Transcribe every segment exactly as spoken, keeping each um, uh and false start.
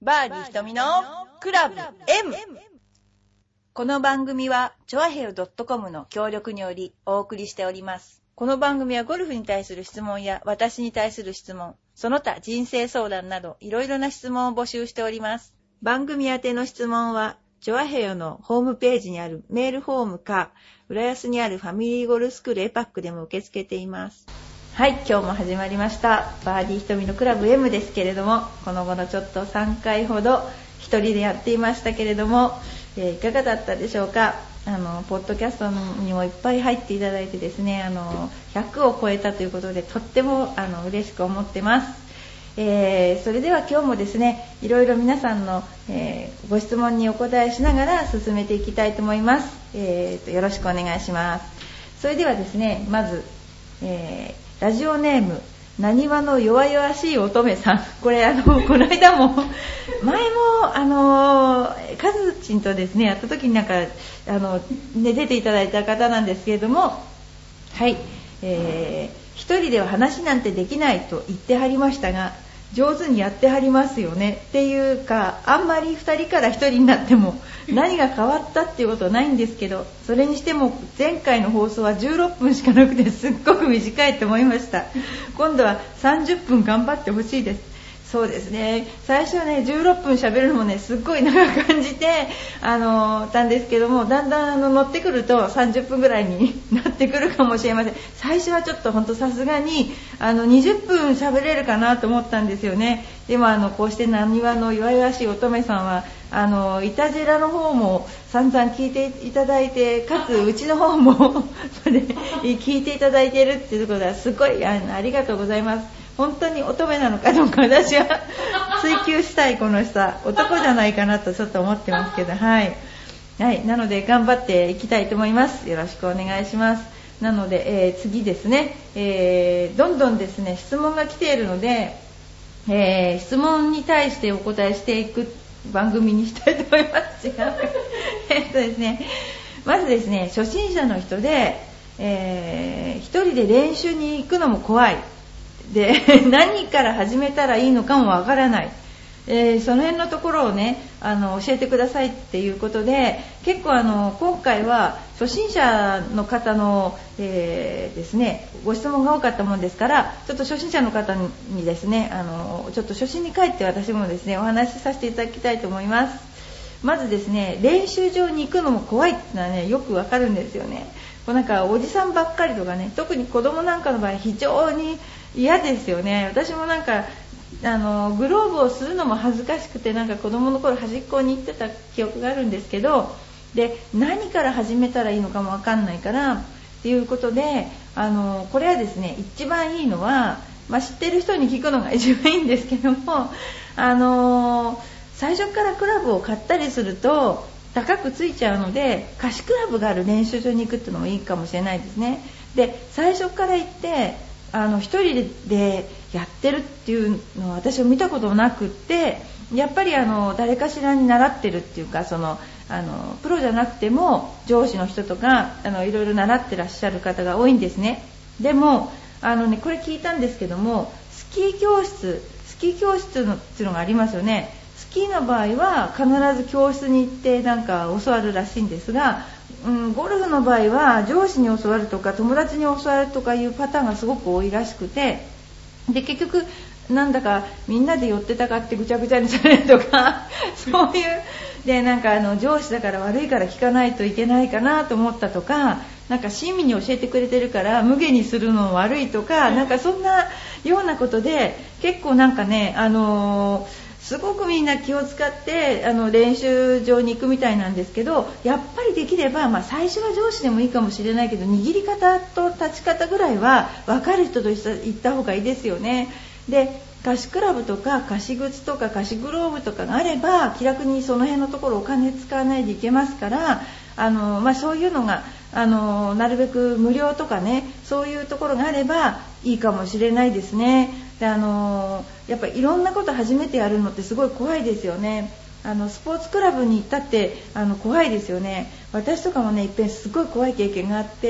バーディー瞳のクラブ M。 この番組はチョアヘヨ .com の協力によりお送りしております。この番組はゴルフに対する質問や私に対する質問、その他人生相談などいろいろな質問を募集しております。番組宛ての質問はチョアヘヨのホームページにあるメールフォームか、浦安にあるファミリーゴルフスクールエパックでも受け付けています。はい、今日も始まりましたバーディー瞳のクラブ M ですけれども、この頃ちょっとさんかいほど一人でやっていましたけれども、えー、いかがだったでしょうか。あのポッドキャストにもいっぱい入っていただいてですね、あのひゃくを超えたということでとってもあの嬉しく思ってます。えー、それでは今日もですね、いろいろ皆さんの、えー、ご質問にお答えしながら進めていきたいと思います。えー、とよろしくお願いします。それではですね、まず、えーラジオネームなにわの弱々しい乙女さん、これあのこの間も前もあのカズチンとですねやった時になんかあの、ね、出ていただいた方なんですけれども、はい、えー、一人では話なんてできないと言ってはりましたが、上手にやってはりますよね。っていうか、あんまりふたりからひとりになっても何が変わったっていうことはないんですけど、それにしても前回の放送はじゅうろっぷんしかなくてすっごく短いと思いました。今度はさんじゅっぷん頑張ってほしいです。そうですね、最初はねじゅうろっぷん喋るのもねすっごい長く感じてあのたんですけども、だんだんあの乗ってくるとさんじゅっぷんぐらいになってくるかもしれません。最初はちょっと本当さすがにあのにじゅっぷん喋れるかなと思ったんですよね。でもあのこうしてなにわの弱々しい乙女さんはあのイタジェラの方も散々聞いていただいて、かつうちの方もそれ聞いていただいているっていうところではすごい あ, ありがとうございます。本当に乙女なのかどうか私は追求したい。この人は男じゃないかなとちょっと思ってますけど、はい、はい、なので頑張っていきたいと思います。よろしくお願いします。なので、えー、次ですね、えー、どんどんですね質問が来ているので、えー、質問に対してお答えしていく番組にしたいと思います。違うえっとですねまずですね、初心者の人で、えー、一人で練習に行くのも怖いで何から始めたらいいのかもわからない、えー、その辺のところをねあの教えてくださいっていうことで、結構あの今回は初心者の方の、えー、ですねご質問が多かったもんですから、ちょっと初心者の方にですねあのちょっと初心に帰って私もですねお話しさせていただきたいと思います。まずですね、練習場に行くのも怖いっていうのはねよくわかるんですよね。こうなんかおじさんばっかりとかね、特に子供なんかの場合非常に嫌ですよね。私もなんかあのグローブをするのも恥ずかしくて、なんか子供の頃端っこに行ってた記憶があるんですけど、で何から始めたらいいのかも分かんないからっていうことで、あのこれはですね一番いいのは、まあ、知ってる人に聞くのが一番いいんですけども、あの最初からクラブを買ったりすると高くついちゃうので、貸しクラブがある練習場に行くっていうのもいいかもしれないですね。で最初から行ってあの一人でやってるっていうのは私は見たことなくって、やっぱりあの誰かしらに習ってるっていうか、そのあのプロじゃなくても上司の人とかあのいろいろ習ってらっしゃる方が多いんですね。でもあのねこれ聞いたんですけども、スキー教室スキー教室のっていうのがありますよね。スキーの場合は必ず教室に行ってなんか教わるらしいんですが、うん、ゴルフの場合は上司に教わるとか友達に教わるとかいうパターンがすごく多いらしくて、で結局なんだかみんなで寄ってたかってぐちゃぐちゃにされるとかそういうでなんかあの上司だから悪いから聞かないといけないかなと思ったとか、なんか親身に教えてくれてるから無下にするの悪いとか、なんかそんなようなことで結構なんかねあのーすごくみんな気を使ってあの練習場に行くみたいなんですけど、やっぱりできれば、まあ、最初は上司でもいいかもしれないけど握り方と立ち方ぐらいは分かる人と行った方がいいですよね。で貸しクラブとか貸し靴とか貸しグローブとかがあれば気楽にその辺のところお金使わないでいけますから、あの、まあ、そういうのがあのなるべく無料とかね、そういうところがあればいいかもしれないですね。であのやっぱりいろんなこと初めてやるのってすごい怖いですよね。あのスポーツクラブに行ったってあの怖いですよね。私とかもねいっぺんすごい怖い経験があって、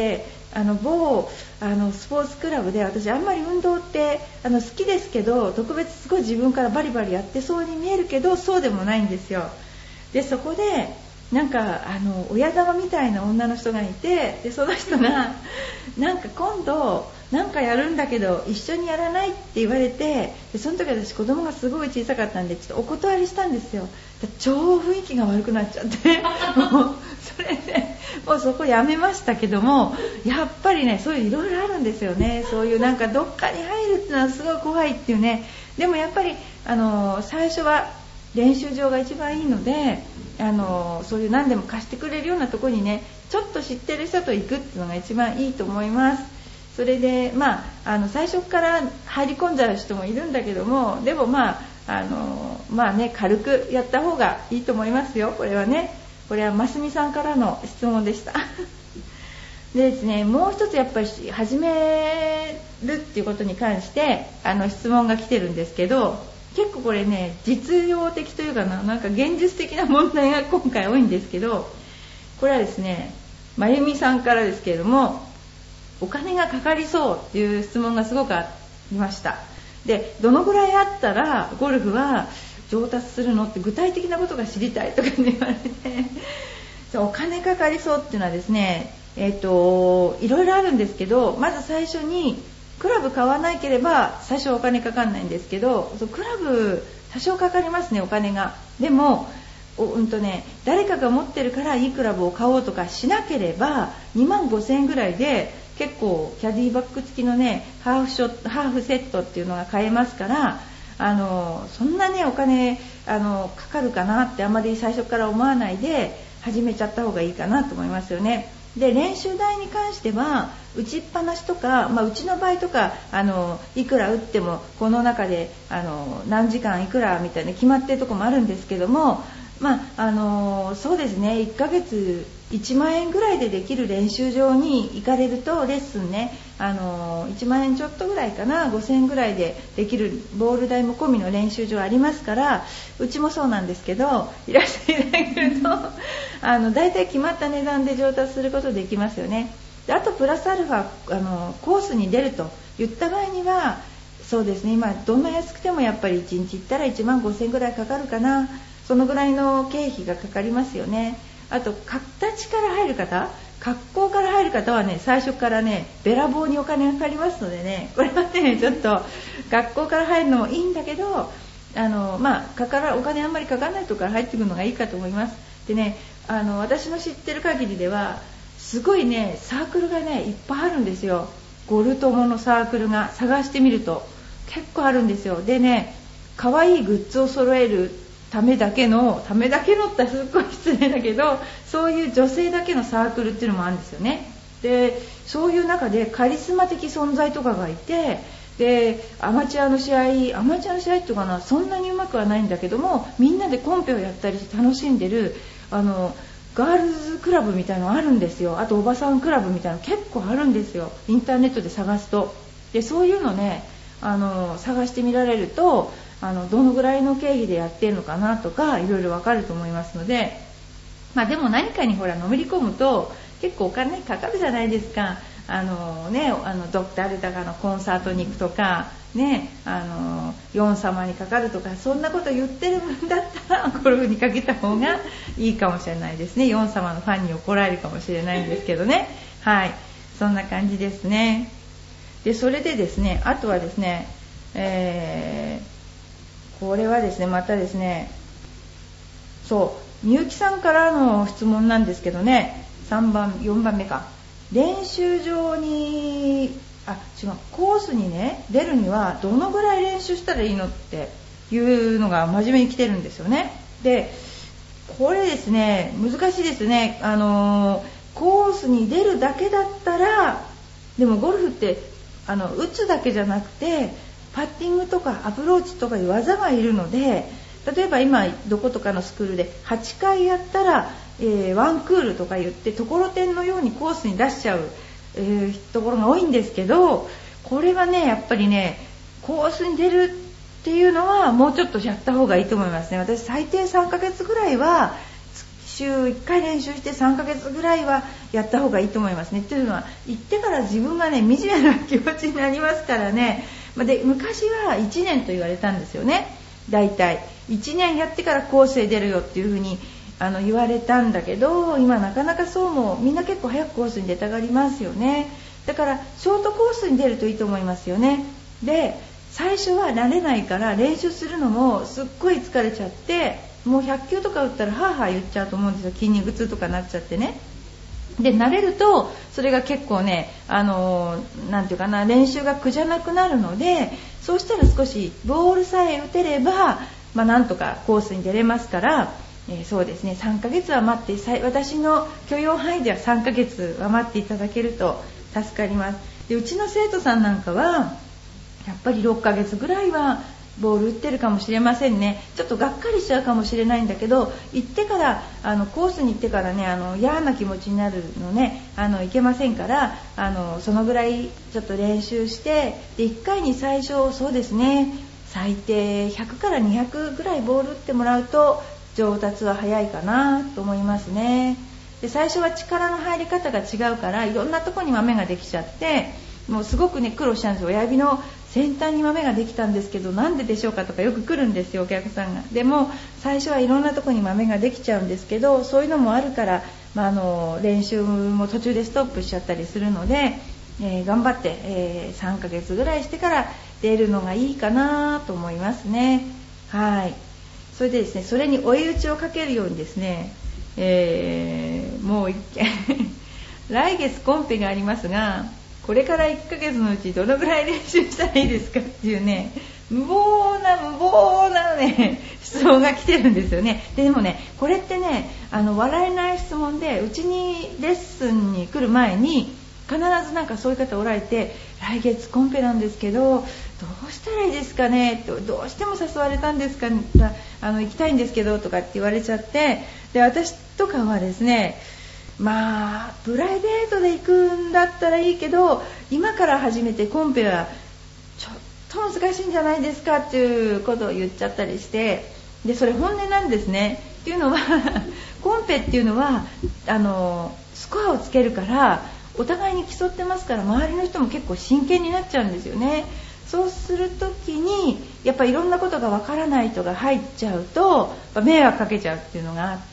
あの某あのスポーツクラブで、私あんまり運動ってあの好きですけど、特別すごい自分からバリバリやってそうに見えるけどそうでもないんですよ。でそこでなんかあの親玉みたいな女の人がいて、でその人がなんか今度なんかやるんだけど一緒にやらないって言われて、でその時私子供がすごい小さかったんでちょっとお断りしたんですよ。超雰囲気が悪くなっちゃってもうそれでもうそこやめましたけども、やっぱりねそういういろいろあるんですよね。そういうなんかどっかに入るっていうのはすごい怖いっていうね。でもやっぱりあの最初は練習場が一番いいので、あのそういう何でも貸してくれるようなところにねちょっと知ってる人と行くっていうのが一番いいと思います。それでまああの最初から入り込んじゃう人もいるんだけども、でもまああのまあね軽くやった方がいいと思いますよ。これはね、これはますみさんからの質問でしたでですね、もう一つやっぱり始めるっていうことに関してあの質問が来てるんですけど、結構これね実用的というかな、なんか現実的な問題が今回多いんですけど、これはですねまゆみさんからですけれども、お金がかかりそうっていう質問がすごくありました。でどのぐらいあったらゴルフは上達するのって具体的なことが知りたいとか言われてそうお金かかりそうっていうのはですね、えーといろいろあるんですけど、まず最初にクラブ買わなければ最初はお金かかんないんですけど、そうクラブ多少かかりますねお金が。でもお、うんとね、誰かが持ってるからいいクラブを買おうとかしなければにまんごせんえんぐらいで結構キャディバッグ付きのねハーフショットハーフセットっていうのが買えますから、あのそんなねお金あのかかるかなってあまり最初から思わないで始めちゃった方がいいかなと思いますよね。で練習台に関しては打ちっぱなしとか、まあ、うちの場合とかあのいくら打ってもこの中であの何時間いくらみたいな決まってるところもあるんですけども、まあ、あのそうですねいっかげついちまんえんぐらいでできる練習場に行かれるとレッスンね、あのいちまんえんちょっとぐらいかな、ごせんえんぐらいでできるボール代も込みの練習場ありますから、うちもそうなんですけどいらしていただけるとあのだいたい決まった値段で上達することできますよね。であとプラスアルファあのコースに出ると言った場合にはそうですね、今どんな安くてもやっぱりいちにち行ったらいちまんごせんえんぐらいかかるかな、そのぐらいの経費がかかりますよね。あと形から入る方、格好から入る方はね最初からねべらぼうにお金がかかりますのでね、これはねちょっと学校から入るのもいいんだけど、あの、まあ、かからお金あんまりかからないところから入ってくるのがいいかと思います。でね、あの私の知ってる限りではすごいねサークルがねいっぱいあるんですよ。ゴル友のサークルが探してみると結構あるんですよ。でね、可愛いグッズを揃えるためだけのためだけのってすっごい失礼だけど、そういう女性だけのサークルっていうのもあるんですよね。でそういう中でカリスマ的存在とかがいて、でアマチュアの試合アマチュアの試合っていうかな、そんなにうまくはないんだけどもみんなでコンペをやったりして楽しんでるあのガールズクラブみたいなのあるんですよ。あとおばさんクラブみたいなの結構あるんですよ、インターネットで探すと。でそういうのねあの探してみられるとあのどのぐらいの経費でやってるのかなとかいろいろわかると思いますので、まあ、でも何かにほらのめり込むと結構お金かかるじゃないですか。あのね、あのドクター・レタカのコンサートに行くとかね、あのヨン様にかかるとかそんなこと言ってる分だったらゴルフにかけた方がいいかもしれないですね。ヨン様のファンに怒られるかもしれないんですけどね。はい、そんな感じですね。でそれでですね、あとはですね、えー、これはですねまたですね、そうみゆきさんからの質問なんですけどね、さんばんよんばんめか、練習場にあ違うコースにね出るにはどのぐらい練習したらいいのっていうのが真面目に来てるんですよね。でこれですね難しいですね。あのー、コースに出るだけだったら、でもゴルフってあの打つだけじゃなくてパッティングとかアプローチとかいう技がいるので、例えば今どことかのスクールではちかいやったら、えー、ワンクールとか言ってところてんのようにコースに出しちゃう、えー、ところが多いんですけど、これはねやっぱりねコースに出るっていうのはもうちょっとやった方がいいと思いますね。私最低さんかげつぐらいは週週いっかい練習してさんかげつぐらいはやった方がいいと思いますね。というのは行ってから自分がね惨めな気持ちになりますからね。で昔はいちねんと言われたんですよね。だいたいいちねんやってからコースへ出るよっていう風にあの言われたんだけど、今なかなかそうもみんな結構早くコースに出たがりますよね。だからショートコースに出るといいと思いますよね。で最初は慣れないから練習するのもすっごい疲れちゃって、もうひゃっきゅうとか打ったらハーハー言っちゃうと思うんですよ。筋肉痛とかなっちゃってね。で慣れるとそれが結構ね、あのー、なんていうかな、練習が苦じゃなくなるので、そうしたら少しボールさえ打てれば、まあ、なんとかコースに出れますから、えー、そうですね、さんかげつは待って、私の許容範囲ではさんかげつは待っていただけると助かります。でうちの生徒さんなんかはやっぱりろっかげつぐらいはボール打ってるかもしれませんね。ちょっとがっかりしちゃうかもしれないんだけど、行ってからあのコースに行ってからね、あの嫌な気持ちになるのね、あのいけませんから、あのそのぐらいちょっと練習して、でいっかいに最初そうですね、最低ひゃくからにひゃくぐらいボール打ってもらうと上達は早いかなと思いますね。で最初は力の入り方が違うからいろんなとこに豆ができちゃって、もうすごくね苦労したんですよ。親指の先端に豆ができたんですけど、なんででしょうかとかよく来るんですよ、お客さんが。でも最初はいろんなとこに豆ができちゃうんですけど、そういうのもあるから、まあ、あの練習も途中でストップしちゃったりするので、えー、頑張って、えー、さんかげつぐらいしてから出るのがいいかなと思いますね。はい。それでですね、それに追い打ちをかけるようにですね、えー、もう一件来月コンペがありますが、これからいっかげつのうちどのぐらい練習したらいいですかっていうね、無謀な無謀なね質問が来てるんですよね。で、でもね、これってね、あの笑えない質問で、うちにレッスンに来る前に必ずなんかそういう方おられて、来月コンペなんですけどどうしたらいいですかね、どうしても誘われたんですか、あの行きたいんですけどとかって言われちゃって、で私とかはですね、まあプライベートで行くんだったらいいけど、今から始めてコンペはちょっと難しいんじゃないですかっていうことを言っちゃったりして、でそれ本音なんですね。っていうのはコンペっていうのはあのスコアをつけるからお互いに競ってますから、周りの人も結構真剣になっちゃうんですよね。そうするときにやっぱりいろんなことがわからない人が入っちゃうと迷惑かけちゃうっていうのがあって、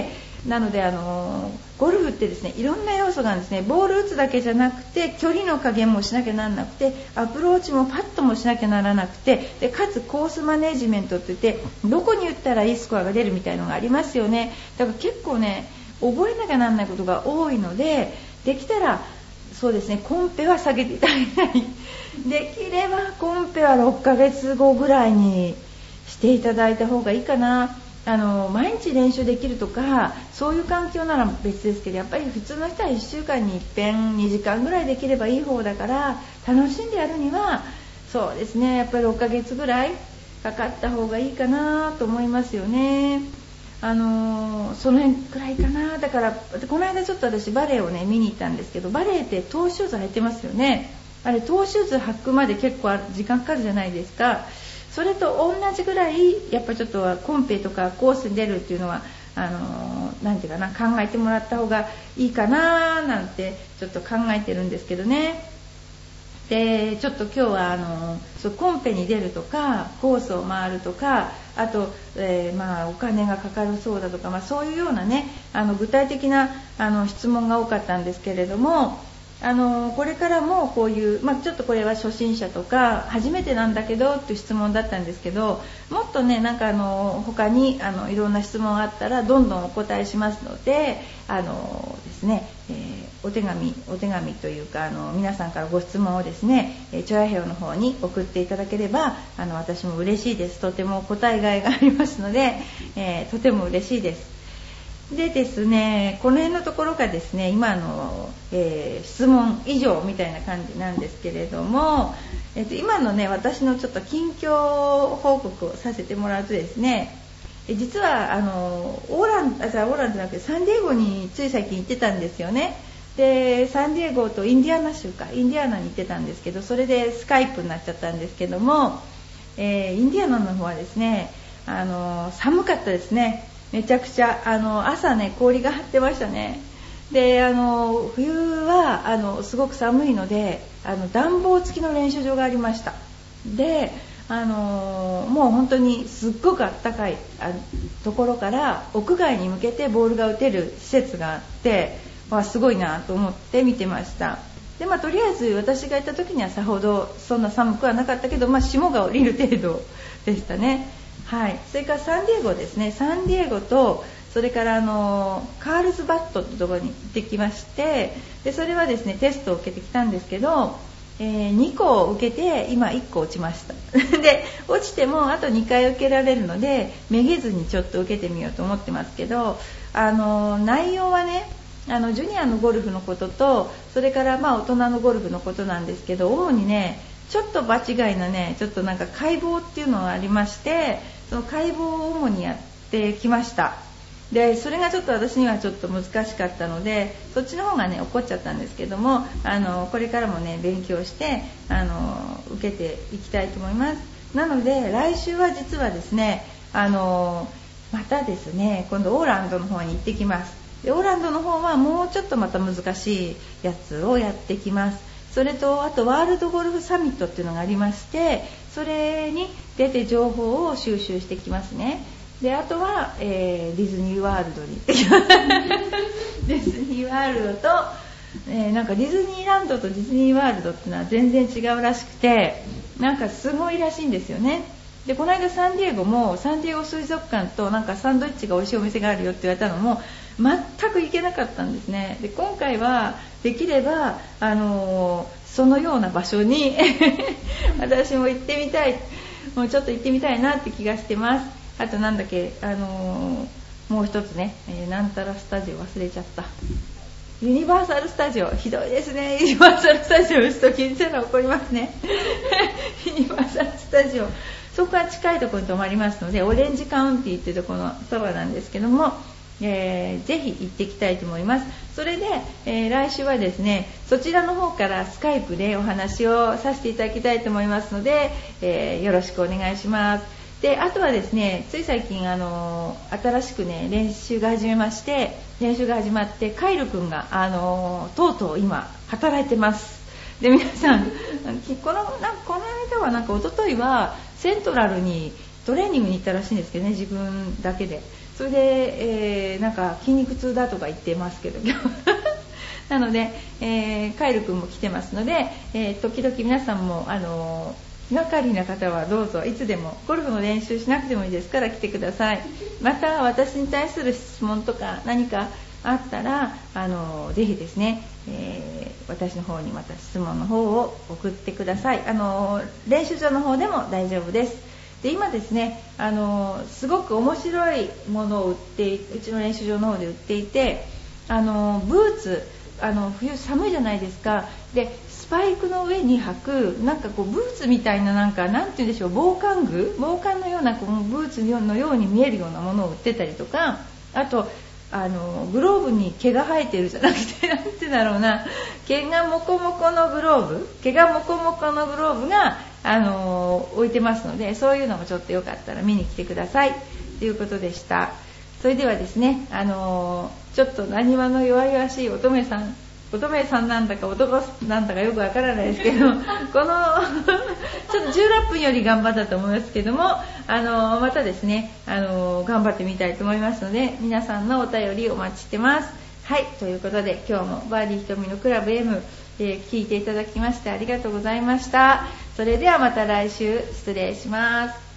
なのであのゴルフってですね、いろんな要素があるんですね。ボール打つだけじゃなくて距離の加減もしなきゃならなくて、アプローチもパットもしなきゃならなくて、でかつコースマネジメントって言ってどこに打ったらいいスコアが出るみたいなのがありますよね。だから結構ね覚えなきゃならないことが多いので、できたらそうですね、コンペは下げていただきたいできればコンペはろっかげつごぐらいにしていただいた方がいいかな。あの毎日練習できるとかそういう環境なら別ですけど、やっぱり普通の人はいっしゅうかんにいっぺんにじかんぐらいできればいい方だから、楽しんでやるにはそうですね、やっぱりろっかげつぐらいかかった方がいいかなと思いますよね。あのー、その辺くらいかな。だからこの間ちょっと私バレエをね見に行ったんですけど、バレエってトーシューズ履いてますよね。あれトーシューズ履くまで結構時間かかるじゃないですか。それと同じぐらいやっぱちょっとコンペとかコースに出るっていうのはあのー、なんていうかな、考えてもらった方がいいかななんてちょっと考えてるんですけどね。でちょっと今日はあのそうコンペに出るとかコースを回るとか、あと、えーまあ、お金がかかるそうだとか、まあ、そういうようなねあの具体的なあの質問が多かったんですけれども、あのこれからもこういう、まあ、ちょっとこれは初心者とか初めてなんだけどっていう質問だったんですけど、もっとねなんかあの他にあのいろんな質問があったらどんどんお答えしますので、あのですね、えー、お手紙お手紙というかあの皆さんからご質問をですね、えー、チョアヘヨの方に送っていただければあの私も嬉しいです。とても答えがいがありますので、えー、とても嬉しいです。でですね、この辺のところがですね、今の、えー、質問以上みたいな感じなんですけれども、えー、と今のね私のちょっと近況報告をさせてもらうとですね、え実はあのオーランあじゃあオーランじゃなくてサンディエゴについ最近行ってたんですよね。でサンディエゴとインディアナ州かインディアナに行ってたんですけど、それでスカイプになっちゃったんですけども、えー、インディアナの方はですねあの寒かったですね。 めちゃくちゃあの朝ね氷が張ってましたね。であの冬はあのすごく寒いのであの暖房付きの練習場がありました。であのもう本当にすっごく暖かいあところから屋外に向けてボールが打てる施設があって、わすごいなと思って見てました。で、まあ、とりあえず私が行った時にはさほどそんな寒くはなかったけど、まあ、霜が降りる程度でしたね。はい、それからサンディエゴですね。サンディエゴとそれからあのカールズバットってところに行ってきまして、でそれはですねテストを受けてきたんですけど、えー、にこ受けて今いっこ落ちましたで落ちてもあとにかい受けられるのでめげずにちょっと受けてみようと思ってますけど、あの内容はねあのジュニアのゴルフのこととそれからまあ大人のゴルフのことなんですけど、主にねちょっと場違いなねちょっとなんか解剖っていうのがありまして、その解剖を主にやってきました。でそれがちょっと私にはちょっと難しかったのでそっちの方がね怒っちゃったんですけども、あのこれからもね勉強してあの受けていきたいと思います。なので来週は実はですねあのまたですね今度オーランドの方に行ってきます。でオーランドの方はもうちょっとまた難しいやつをやってきます。それとあとワールドゴルフサミットっていうのがありまして、それに出て情報を収集してきますね。であとは、えー、ディズニーワールドに行ってきますディズニーワールドと、えー、なんかディズニーランドとディズニーワールドっていうのは全然違うらしくて、なんかすごいらしいんですよね。でこの間サンディエゴもサンディエゴ水族館となんかサンドイッチが美味しいお店があるよって言われたのも全く行けなかったんですね。で今回はできれば、あのー、そのような場所に私も行ってみたい、もうちょっと行ってみたいなって気がしてます。あとなんだっけ、あのー、もう一つね、えー、なんたらスタジオ忘れちゃった。ユニバーサルスタジオ、ひどいですね。ユニバーサルスタジオですと聞いたら怒りますねユニバーサルスタジオ、そこは近いところに泊まりますので、オレンジカウンティーっていうところのそばなんですけども、えー、ぜひ行ってきたいと思います。それで、えー、来週はですねそちらの方からスカイプでお話をさせていただきたいと思いますので、えー、よろしくお願いします。であとはですねつい最近あの新しくね練習が始めまして練習が始まってカイル君があのとうとう今働いてます。で皆さんこのなんこの間はなんか一昨日はセントラルにトレーニングに行ったらしいんですけどね、自分だけで。それで、えー、なんか筋肉痛だとか言ってますけどなので、えー、カイル君も来てますので、えー、時々皆さんもあの気がかりな方はどうぞいつでもゴルフの練習しなくてもいいですから来てください。また私に対する質問とか何かあったらあのぜひですね、えー、私の方にまた質問の方を送ってください。あの練習場の方でも大丈夫です。で今ですねあのすごく面白いものを売ってうちの練習場の方で売っていて、あのブーツ、あの冬寒いじゃないですか。でスパイクの上に履くなんかこうブーツみたいななんかなんて言うんでしょう、防寒具防寒のようなこうブーツのように見えるようなものを売ってたりとか、あとあのグローブに毛が生えてるじゃなくてなんてだろうな、毛がモコモコのグローブ毛がモコモコのグローブがあの置いてますので、そういうのもちょっとよかったら見に来てくださいということでした。それではですね、あのちょっとなにわの弱々しい乙女さん乙女さんなんだか男なんだかよくわからないですけどこのちょっとじゅうろっぷんより頑張ったと思いますけども、あのまたですねあの頑張ってみたいと思いますので皆さんのお便りお待ちしてます。はい、ということで今日もバーディーひとみのクラブ M、えー、聞いていただきましてありがとうございました。それではまた来週失礼します。